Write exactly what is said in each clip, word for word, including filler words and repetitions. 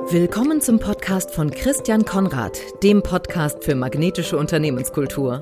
Willkommen zum Podcast von Christian Konrad, dem Podcast für magnetische Unternehmenskultur.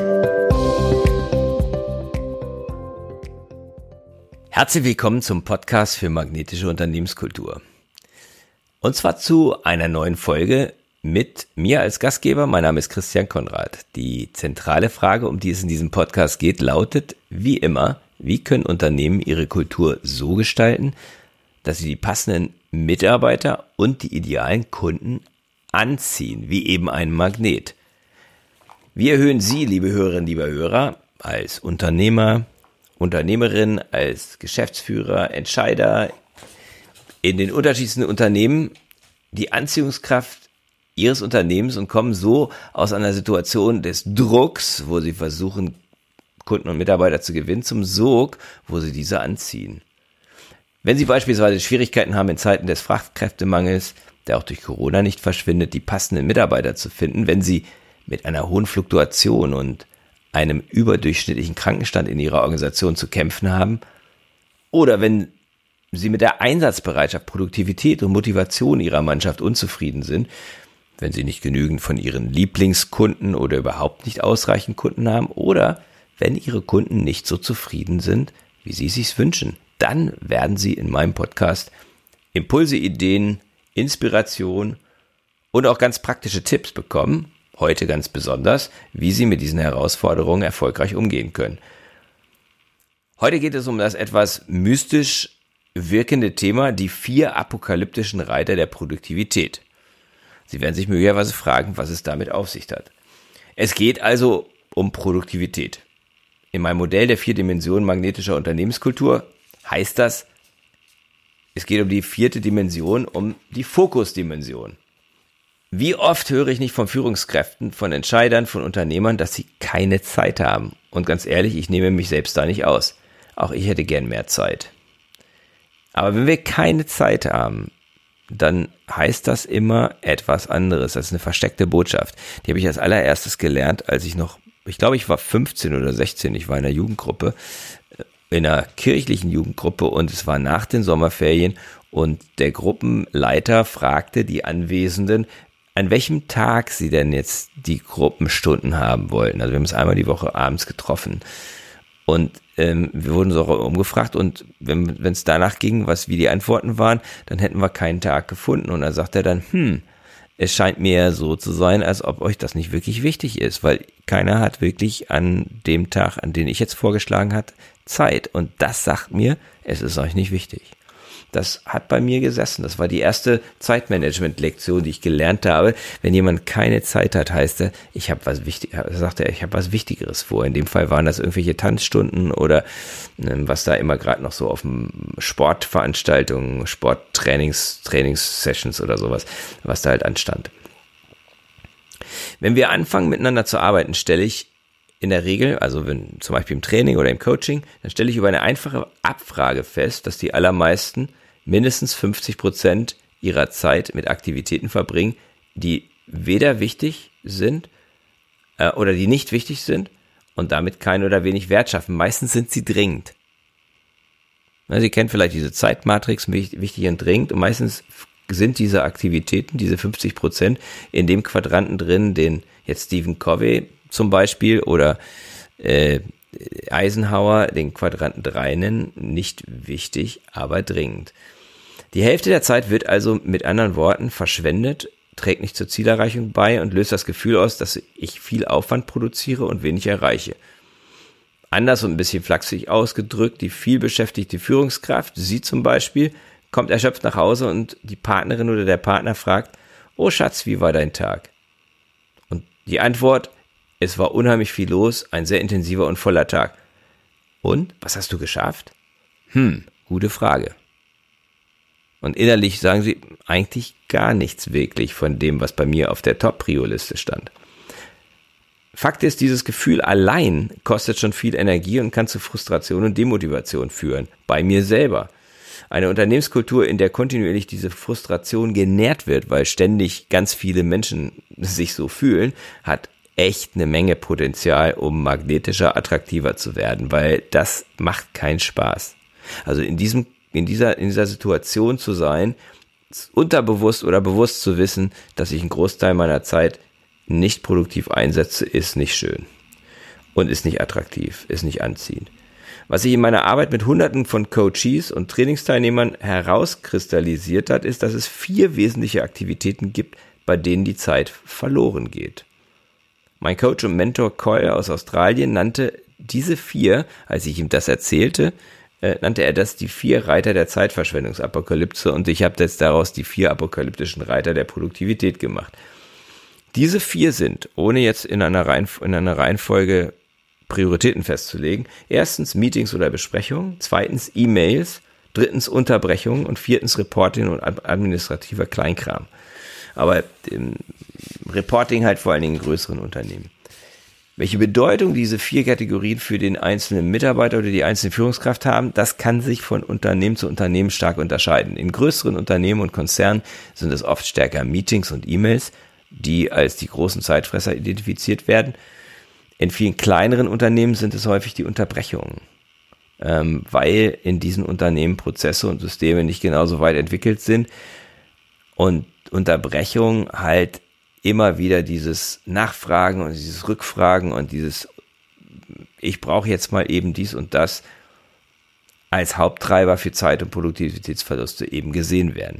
Herzlich willkommen zum Podcast für magnetische Unternehmenskultur. Und zwar zu einer neuen Folge mit mir als Gastgeber. Mein Name ist Christian Konrad. Die zentrale Frage, um die es in diesem Podcast geht, lautet wie immer: Wie können Unternehmen ihre Kultur so gestalten, dass sie die passenden Mitarbeiter und die idealen Kunden anziehen, wie eben ein Magnet? Wie erhöhen Sie, liebe Hörerinnen, liebe Hörer, als Unternehmer, Unternehmerin, als Geschäftsführer, Entscheider in den unterschiedlichsten Unternehmen die Anziehungskraft Ihres Unternehmens und kommen so aus einer Situation des Drucks, wo Sie versuchen, Kunden und Mitarbeiter zu gewinnen, zum Sog, wo Sie diese anziehen? Wenn Sie beispielsweise Schwierigkeiten haben in Zeiten des Fachkräftemangels, der auch durch Corona nicht verschwindet, die passenden Mitarbeiter zu finden, wenn Sie mit einer hohen Fluktuation und einem überdurchschnittlichen Krankenstand in Ihrer Organisation zu kämpfen haben, oder wenn Sie mit der Einsatzbereitschaft, Produktivität und Motivation Ihrer Mannschaft unzufrieden sind, wenn Sie nicht genügend von Ihren Lieblingskunden oder überhaupt nicht ausreichend Kunden haben, oder wenn Ihre Kunden nicht so zufrieden sind, wie Sie es sich wünschen, dann werden Sie in meinem Podcast Impulse, Ideen, Inspiration und auch ganz praktische Tipps bekommen, heute ganz besonders, wie Sie mit diesen Herausforderungen erfolgreich umgehen können. Heute geht es um das etwas mystisch wirkende Thema, die vier apokalyptischen Reiter der Produktivität. Sie werden sich möglicherweise fragen, was es damit auf sich hat. Es geht also um Produktivität. In meinem Modell der vier Dimensionen magnetischer Unternehmenskultur heißt das, es geht um die vierte Dimension, um die Fokusdimension. Wie oft höre ich nicht von Führungskräften, von Entscheidern, von Unternehmern, dass sie keine Zeit haben. Und ganz ehrlich, ich nehme mich selbst da nicht aus. Auch ich hätte gern mehr Zeit. Aber wenn wir keine Zeit haben, dann heißt das immer etwas anderes. Das ist eine versteckte Botschaft. Die habe ich als allererstes gelernt, als ich noch, ich glaube, ich war fünfzehn oder sechzehn, ich war in einer Jugendgruppe, in einer kirchlichen Jugendgruppe, und es war nach den Sommerferien, und der Gruppenleiter fragte die Anwesenden, an welchem Tag sie denn jetzt die Gruppenstunden haben wollten. Also wir haben uns einmal die Woche abends getroffen, und ähm, wir wurden so umgefragt, und wenn es danach ging, was wie die Antworten waren, dann hätten wir keinen Tag gefunden. Und dann sagt er dann, hm, es scheint mir so zu sein, als ob euch das nicht wirklich wichtig ist, weil keiner hat wirklich an dem Tag, an den ich jetzt vorgeschlagen habe, Zeit. Und das sagt mir, es ist euch nicht wichtig. Das hat bei mir gesessen. Das war die erste Zeitmanagement-Lektion, die ich gelernt habe. Wenn jemand keine Zeit hat, heißt er, ich habe was Wichtigeres, sagt er, ich habe was Wichtigeres vor. In dem Fall waren das irgendwelche Tanzstunden oder was da immer gerade noch so auf dem Sportveranstaltungen, Sporttrainings, Trainingssessions oder sowas, was da halt anstand. Wenn wir anfangen, miteinander zu arbeiten, stelle ich in der Regel, also wenn zum Beispiel im Training oder im Coaching, dann stelle ich über eine einfache Abfrage fest, dass die allermeisten mindestens fünfzig Prozent ihrer Zeit mit Aktivitäten verbringen, die weder wichtig sind äh, oder die nicht wichtig sind und damit kein oder wenig Wert schaffen. Meistens sind sie dringend. Na, Sie kennen vielleicht diese Zeitmatrix, wichtig und dringend, und meistens sind diese Aktivitäten, diese fünfzig Prozent, in dem Quadranten drin, den jetzt Stephen Covey zum Beispiel oder äh, Eisenhower den Quadranten drei nennen, nicht wichtig, aber dringend. Die Hälfte der Zeit wird also mit anderen Worten verschwendet, trägt nicht zur Zielerreichung bei und löst das Gefühl aus, dass ich viel Aufwand produziere und wenig erreiche. Anders und ein bisschen flachsig ausgedrückt, die vielbeschäftigte Führungskraft, sie zum Beispiel, kommt erschöpft nach Hause und die Partnerin oder der Partner fragt, oh Schatz, wie war dein Tag? Und die Antwort: Es war unheimlich viel los, ein sehr intensiver und voller Tag. Und, was hast du geschafft? Hm, gute Frage. Und innerlich sagen sie eigentlich gar nichts wirklich von dem, was bei mir auf der Top-Prio-Liste stand. Fakt ist, dieses Gefühl allein kostet schon viel Energie und kann zu Frustration und Demotivation führen. Bei mir selber. Eine Unternehmenskultur, in der kontinuierlich diese Frustration genährt wird, weil ständig ganz viele Menschen sich so fühlen, hat echt eine Menge Potenzial, um magnetischer, attraktiver zu werden, weil das macht keinen Spaß. Also in diesem, in dieser, in dieser Situation zu sein, unterbewusst oder bewusst zu wissen, dass ich einen Großteil meiner Zeit nicht produktiv einsetze, ist nicht schön und ist nicht attraktiv, ist nicht anziehend. Was sich in meiner Arbeit mit Hunderten von Coaches und Trainingsteilnehmern herauskristallisiert hat, ist, dass es vier wesentliche Aktivitäten gibt, bei denen die Zeit verloren geht. Mein Coach und Mentor Coyle aus Australien nannte diese vier, als ich ihm das erzählte, äh, nannte er das die vier Reiter der Zeitverschwendungsapokalypse und ich habe jetzt daraus die vier apokalyptischen Reiter der Produktivität gemacht. Diese vier sind, ohne jetzt in einer, Reihenf- in einer Reihenfolge Prioritäten festzulegen, erstens Meetings oder Besprechungen, zweitens E-Mails, drittens Unterbrechungen und viertens Reporting und administrativer Kleinkram. Aber im Reporting halt vor allen Dingen in größeren Unternehmen. Welche Bedeutung diese vier Kategorien für den einzelnen Mitarbeiter oder die einzelne Führungskraft haben, das kann sich von Unternehmen zu Unternehmen stark unterscheiden. In größeren Unternehmen und Konzernen sind es oft stärker Meetings und E-Mails, die als die großen Zeitfresser identifiziert werden. In vielen kleineren Unternehmen sind es häufig die Unterbrechungen, ähm, weil in diesen Unternehmen Prozesse und Systeme nicht genauso weit entwickelt sind und Unterbrechungen halt immer wieder dieses Nachfragen und dieses Rückfragen und dieses ich brauche jetzt mal eben dies und das als Haupttreiber für Zeit- und Produktivitätsverluste eben gesehen werden.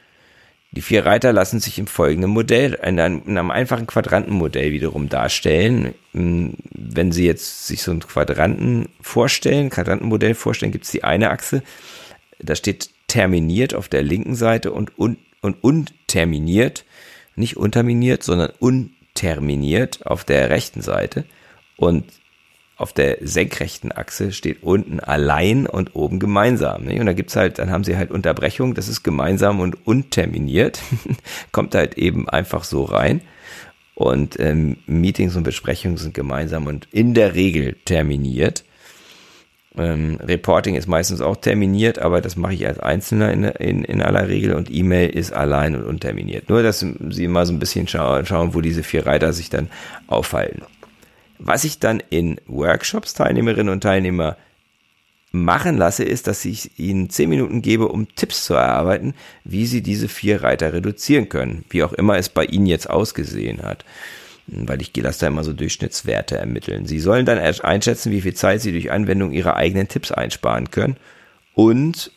Die vier Reiter lassen sich im folgenden Modell, in einem, in einem einfachen Quadrantenmodell wiederum darstellen. Wenn Sie jetzt sich so einen Quadranten vorstellen, Quadrantenmodell vorstellen, gibt es die eine Achse, da steht terminiert auf der linken Seite und, un, und unterminiert, nicht unterminiert, sondern unterminiert auf der rechten Seite. Und auf der senkrechten Achse steht unten allein und oben gemeinsam. Und da gibt's halt, dann haben sie halt Unterbrechung, das ist gemeinsam und unterminiert. Kommt halt eben einfach so rein. Und ähm, Meetings und Besprechungen sind gemeinsam und in der Regel terminiert. Ähm, Reporting ist meistens auch terminiert, aber das mache ich als Einzelner in, in, in aller Regel und E-Mail ist allein und unterminiert. Nur, dass Sie mal so ein bisschen schauen, schauen, wo diese vier Reiter sich dann aufhalten. Was ich dann in Workshops Teilnehmerinnen und Teilnehmer machen lasse, ist, dass ich ihnen zehn Minuten gebe, um Tipps zu erarbeiten, wie sie diese vier Reiter reduzieren können, wie auch immer es bei Ihnen jetzt ausgesehen hat. Weil ich lasse da immer so Durchschnittswerte ermitteln. Sie sollen dann einschätzen, wie viel Zeit Sie durch Anwendung Ihrer eigenen Tipps einsparen können und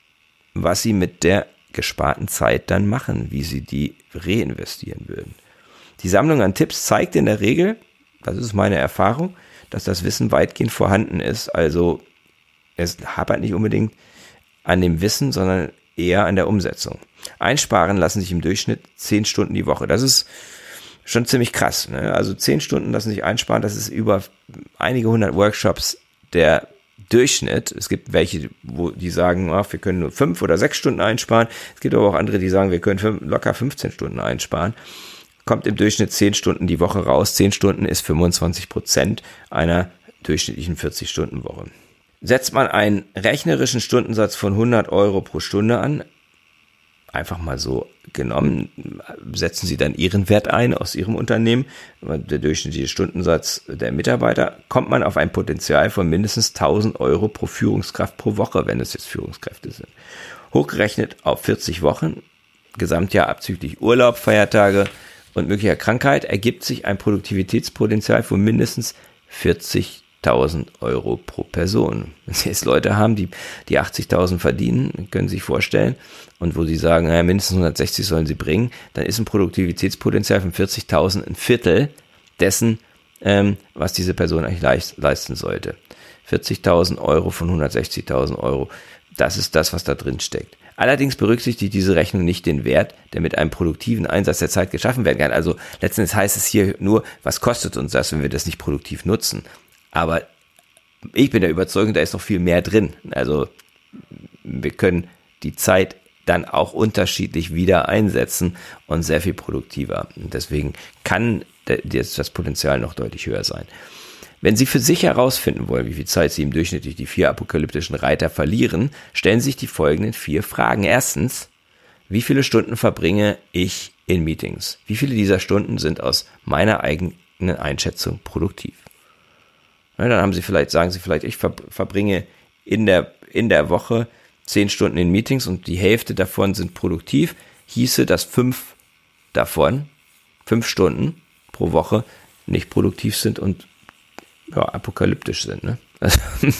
was Sie mit der gesparten Zeit dann machen, wie Sie die reinvestieren würden. Die Sammlung an Tipps zeigt in der Regel, das ist meine Erfahrung, dass das Wissen weitgehend vorhanden ist. Also es hapert nicht unbedingt an dem Wissen, sondern eher an der Umsetzung. Einsparen lassen sich im Durchschnitt zehn Stunden die Woche. Das ist schon ziemlich krass, ne? Also zehn Stunden lassen sich einsparen, das ist über einige hundert Workshops der Durchschnitt. Es gibt welche, wo die sagen, ach, wir können nur fünf oder sechs Stunden einsparen. Es gibt aber auch andere, die sagen, wir können fünf, locker fünfzehn Stunden einsparen. Kommt im Durchschnitt zehn Stunden die Woche raus. zehn Stunden ist fünfundzwanzig Prozent einer durchschnittlichen vierzig-Stunden-Woche. Setzt man einen rechnerischen Stundensatz von hundert Euro pro Stunde an, einfach mal so genommen, setzen Sie dann Ihren Wert ein aus Ihrem Unternehmen, der durchschnittliche Stundensatz der Mitarbeiter, kommt man auf ein Potenzial von mindestens tausend Euro pro Führungskraft pro Woche, wenn es jetzt Führungskräfte sind. Hochgerechnet auf vierzig Wochen, Gesamtjahr abzüglich Urlaub, Feiertage und möglicher Krankheit, ergibt sich ein Produktivitätspotenzial von mindestens vierzigtausend Euro pro Person. Wenn Sie jetzt Leute haben, die, die achtzigtausend verdienen, können Sie sich vorstellen, und wo Sie sagen, naja, mindestens hundertsechzig sollen Sie bringen, dann ist ein Produktivitätspotenzial von vierzigtausend ein Viertel dessen, ähm, was diese Person eigentlich leist, leisten sollte. vierzigtausend Euro von hundertsechzigtausend Euro, das ist das, was da drin steckt. Allerdings berücksichtigt diese Rechnung nicht den Wert, der mit einem produktiven Einsatz der Zeit geschaffen werden kann. Also letztendlich heißt es hier nur, was kostet uns das, wenn wir das nicht produktiv nutzen. Aber ich bin der Überzeugung, da ist noch viel mehr drin. Also wir können die Zeit dann auch unterschiedlich wieder einsetzen und sehr viel produktiver. Und deswegen kann das Potenzial noch deutlich höher sein. Wenn Sie für sich herausfinden wollen, wie viel Zeit Sie im Durchschnitt durch die vier apokalyptischen Reiter verlieren, stellen Sie sich die folgenden vier Fragen. Erstens, wie viele Stunden verbringe ich in Meetings? Wie viele dieser Stunden sind aus meiner eigenen Einschätzung produktiv? Ja, dann haben Sie vielleicht, sagen Sie vielleicht, ich verbringe in der, in der Woche zehn Stunden in Meetings und die Hälfte davon sind produktiv, hieße, dass fünf davon, fünf Stunden pro Woche nicht produktiv sind und ja, apokalyptisch sind. Ne? Also,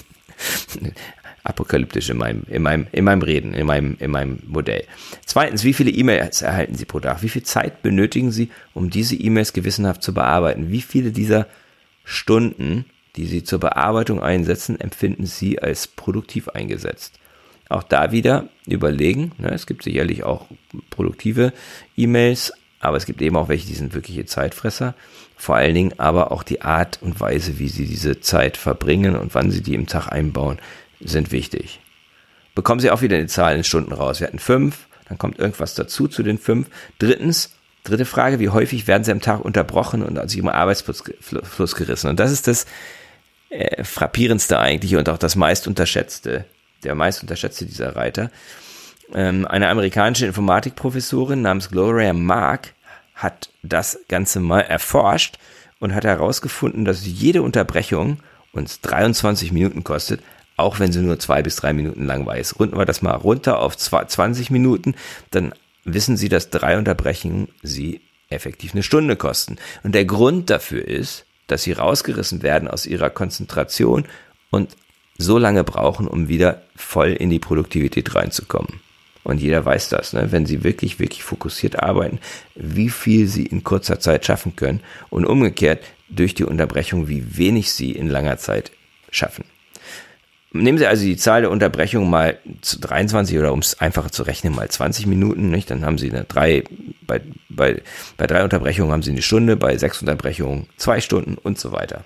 apokalyptisch in meinem, in meinem, in meinem Reden, in meinem, in meinem Modell. Zweitens, wie viele E-Mails erhalten Sie pro Tag? Wie viel Zeit benötigen Sie, um diese E-Mails gewissenhaft zu bearbeiten? Wie viele dieser Stunden, die Sie zur Bearbeitung einsetzen, empfinden Sie als produktiv eingesetzt? Auch da wieder überlegen, ne, es gibt sicherlich auch produktive E-Mails, aber es gibt eben auch welche, die sind wirkliche Zeitfresser. Vor allen Dingen aber auch die Art und Weise, wie Sie diese Zeit verbringen und wann Sie die im Tag einbauen, sind wichtig. Bekommen Sie auch wieder die Zahlen in Stunden raus. Wir hatten fünf, dann kommt irgendwas dazu zu den fünf. Drittens, dritte Frage, wie häufig werden Sie am Tag unterbrochen und aus Ihrem Arbeitsfluss gerissen? Und das ist das äh, frappierendste eigentlich und auch das meist unterschätzte, der meist unterschätzte dieser Reiter. Ähm, eine amerikanische Informatikprofessorin namens Gloria Mark hat das Ganze mal erforscht und hat herausgefunden, dass jede Unterbrechung uns dreiundzwanzig Minuten kostet, auch wenn sie nur zwei bis drei Minuten lang war. Jetzt runden wir das mal runter auf zwanzig Minuten, dann wissen Sie, dass drei Unterbrechungen Sie effektiv eine Stunde kosten. Und der Grund dafür ist, dass Sie rausgerissen werden aus Ihrer Konzentration und so lange brauchen, um wieder voll in die Produktivität reinzukommen. Und jeder weiß das, ne? Wenn Sie wirklich, wirklich fokussiert arbeiten, wie viel Sie in kurzer Zeit schaffen können und umgekehrt durch die Unterbrechung, wie wenig Sie in langer Zeit schaffen. Nehmen Sie also die Zahl der Unterbrechungen mal zu dreiundzwanzig oder um es einfacher zu rechnen, mal zwanzig Minuten, nicht? Dann haben Sie eine drei, bei, bei, bei drei Unterbrechungen haben Sie eine Stunde, bei sechs Unterbrechungen zwei Stunden und so weiter.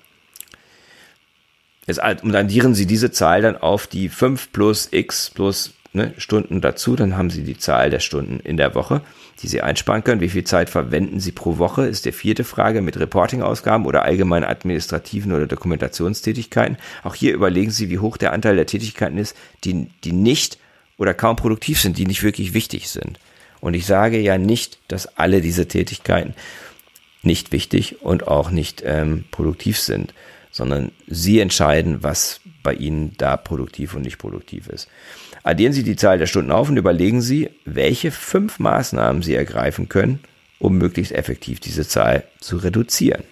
Jetzt addieren Sie diese Zahl dann auf die fünf plus x plus ne, Stunden dazu, dann haben Sie die Zahl der Stunden in der Woche, die Sie einsparen können. Wie viel Zeit verwenden Sie pro Woche, ist die vierte Frage, mit Reporting-Ausgaben oder allgemein administrativen oder Dokumentationstätigkeiten. Auch hier überlegen Sie, wie hoch der Anteil der Tätigkeiten ist, die, die nicht oder kaum produktiv sind, die nicht wirklich wichtig sind. Und ich sage ja nicht, dass alle diese Tätigkeiten nicht wichtig und auch nicht ähm, produktiv sind, sondern Sie entscheiden, was bei Ihnen da produktiv und nicht produktiv ist. Addieren Sie die Zahl der Stunden auf und überlegen Sie, welche fünf Maßnahmen Sie ergreifen können, um möglichst effektiv diese Zahl zu reduzieren.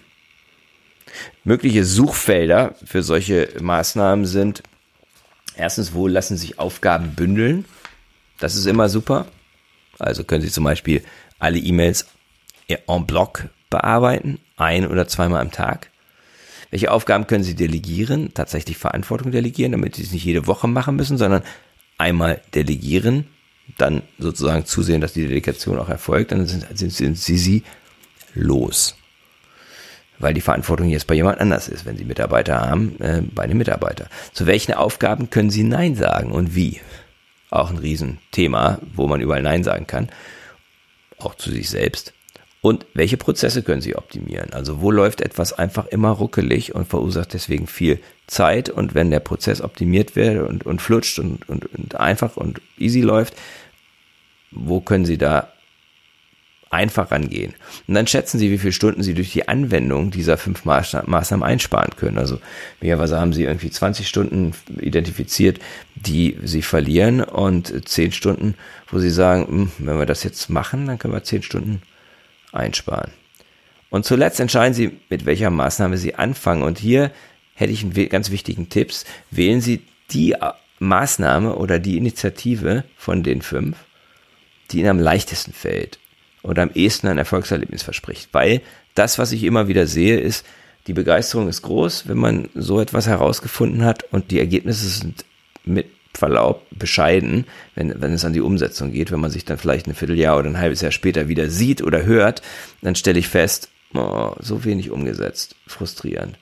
Mögliche Suchfelder für solche Maßnahmen sind erstens, wo lassen sich Aufgaben bündeln? Das ist immer super. Also können Sie zum Beispiel alle E-Mails en bloc bearbeiten, ein- oder zweimal am Tag. Welche Aufgaben können Sie delegieren, tatsächlich Verantwortung delegieren, damit Sie es nicht jede Woche machen müssen, sondern einmal delegieren, dann sozusagen zusehen, dass die Delegation auch erfolgt, dann sind, sind, sind Sie sie los. Weil die Verantwortung jetzt bei jemand anders ist, wenn Sie Mitarbeiter haben, äh, bei den Mitarbeitern. Zu welchen Aufgaben können Sie Nein sagen und wie? Auch ein Riesenthema, wo man überall Nein sagen kann, auch zu sich selbst. Und welche Prozesse können Sie optimieren? Also wo läuft etwas einfach immer ruckelig und verursacht deswegen viel Zeit? Und wenn der Prozess optimiert wird und, und flutscht und, und, und einfach und easy läuft, wo können Sie da einfach rangehen? Und dann schätzen Sie, wie viele Stunden Sie durch die Anwendung dieser fünf Maßnahmen einsparen können. Also möglicherweise haben Sie irgendwie zwanzig Stunden identifiziert, die Sie verlieren und zehn Stunden, wo Sie sagen, wenn wir das jetzt machen, dann können wir zehn Stunden einsparen. Und zuletzt entscheiden Sie, mit welcher Maßnahme Sie anfangen. Und hier hätte ich einen ganz wichtigen Tipp. Wählen Sie die Maßnahme oder die Initiative von den fünf, die Ihnen am leichtesten fällt oder am ehesten ein Erfolgserlebnis verspricht. Weil das, was ich immer wieder sehe, ist, die Begeisterung ist groß, wenn man so etwas herausgefunden hat und die Ergebnisse sind mit Verlaub bescheiden, wenn, wenn es an die Umsetzung geht. Wenn man sich dann vielleicht ein Vierteljahr oder ein halbes Jahr später wieder sieht oder hört, dann stelle ich fest, oh, so wenig umgesetzt, frustrierend.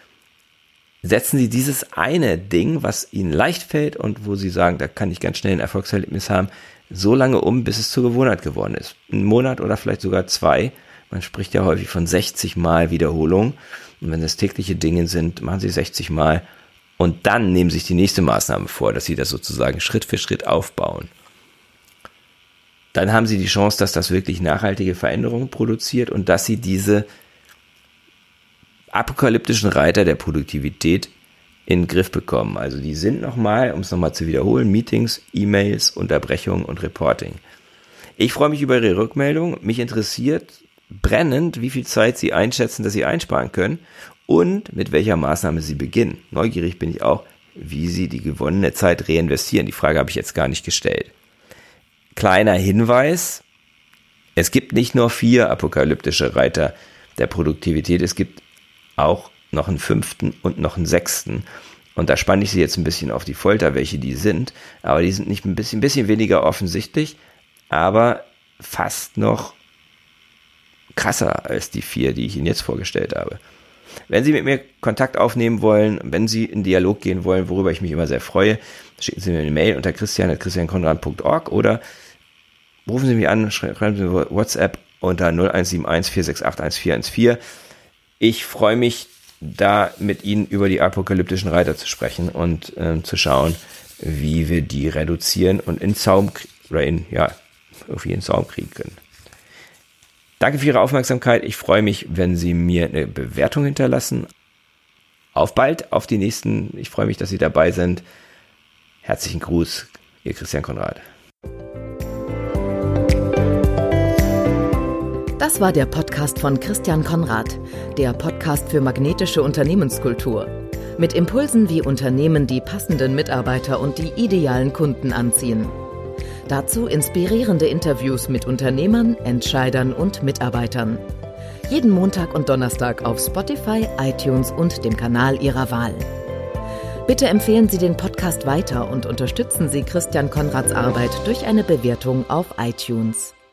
Setzen Sie dieses eine Ding, was Ihnen leicht fällt und wo Sie sagen, da kann ich ganz schnell ein Erfolgserlebnis haben, so lange um, bis es zur Gewohnheit geworden ist. Ein Monat oder vielleicht sogar zwei. Man spricht ja häufig von sechzig Mal Wiederholung. Und wenn das tägliche Dinge sind, machen Sie sechzig Mal. Und dann nehmen sich die nächste Maßnahme vor, dass Sie das sozusagen Schritt für Schritt aufbauen. Dann haben Sie die Chance, dass das wirklich nachhaltige Veränderungen produziert und dass Sie diese apokalyptischen Reiter der Produktivität in den Griff bekommen. Also die sind nochmal, um es nochmal zu wiederholen, Meetings, E-Mails, Unterbrechungen und Reporting. Ich freue mich über Ihre Rückmeldung. Mich interessiert brennend, wie viel Zeit Sie einschätzen, dass Sie einsparen können und mit welcher Maßnahme Sie beginnen. Neugierig bin ich auch, wie Sie die gewonnene Zeit reinvestieren. Die Frage habe ich jetzt gar nicht gestellt. Kleiner Hinweis, es gibt nicht nur vier apokalyptische Reiter der Produktivität, es gibt auch noch einen fünften und noch einen sechsten. Und da spanne ich Sie jetzt ein bisschen auf die Folter, welche die sind. Aber die sind nicht ein bisschen, ein bisschen weniger offensichtlich, aber fast noch krasser als die vier, die ich Ihnen jetzt vorgestellt habe. Wenn Sie mit mir Kontakt aufnehmen wollen, wenn Sie in Dialog gehen wollen, worüber ich mich immer sehr freue, schicken Sie mir eine Mail unter christian at christian konrad punkt org oder rufen Sie mich an, schreiben Sie WhatsApp unter null eins sieben eins vier sechs acht eins vier eins vier. Ich freue mich, da mit Ihnen über die apokalyptischen Reiter zu sprechen und ähm, zu schauen, wie wir die reduzieren und in Zaum oder in, ja, irgendwie in Zaum kriegen können. Danke für Ihre Aufmerksamkeit. Ich freue mich, wenn Sie mir eine Bewertung hinterlassen. Auf bald, auf die nächsten. Ich freue mich, dass Sie dabei sind. Herzlichen Gruß, Ihr Christian Konrad. Das war der Podcast von Christian Konrad, der Podcast für magnetische Unternehmenskultur. Mit Impulsen, wie Unternehmen die passenden Mitarbeiter und die idealen Kunden anziehen. Dazu inspirierende Interviews mit Unternehmern, Entscheidern und Mitarbeitern. Jeden Montag und Donnerstag auf Spotify, iTunes und dem Kanal Ihrer Wahl. Bitte empfehlen Sie den Podcast weiter und unterstützen Sie Christian Konrads Arbeit durch eine Bewertung auf iTunes.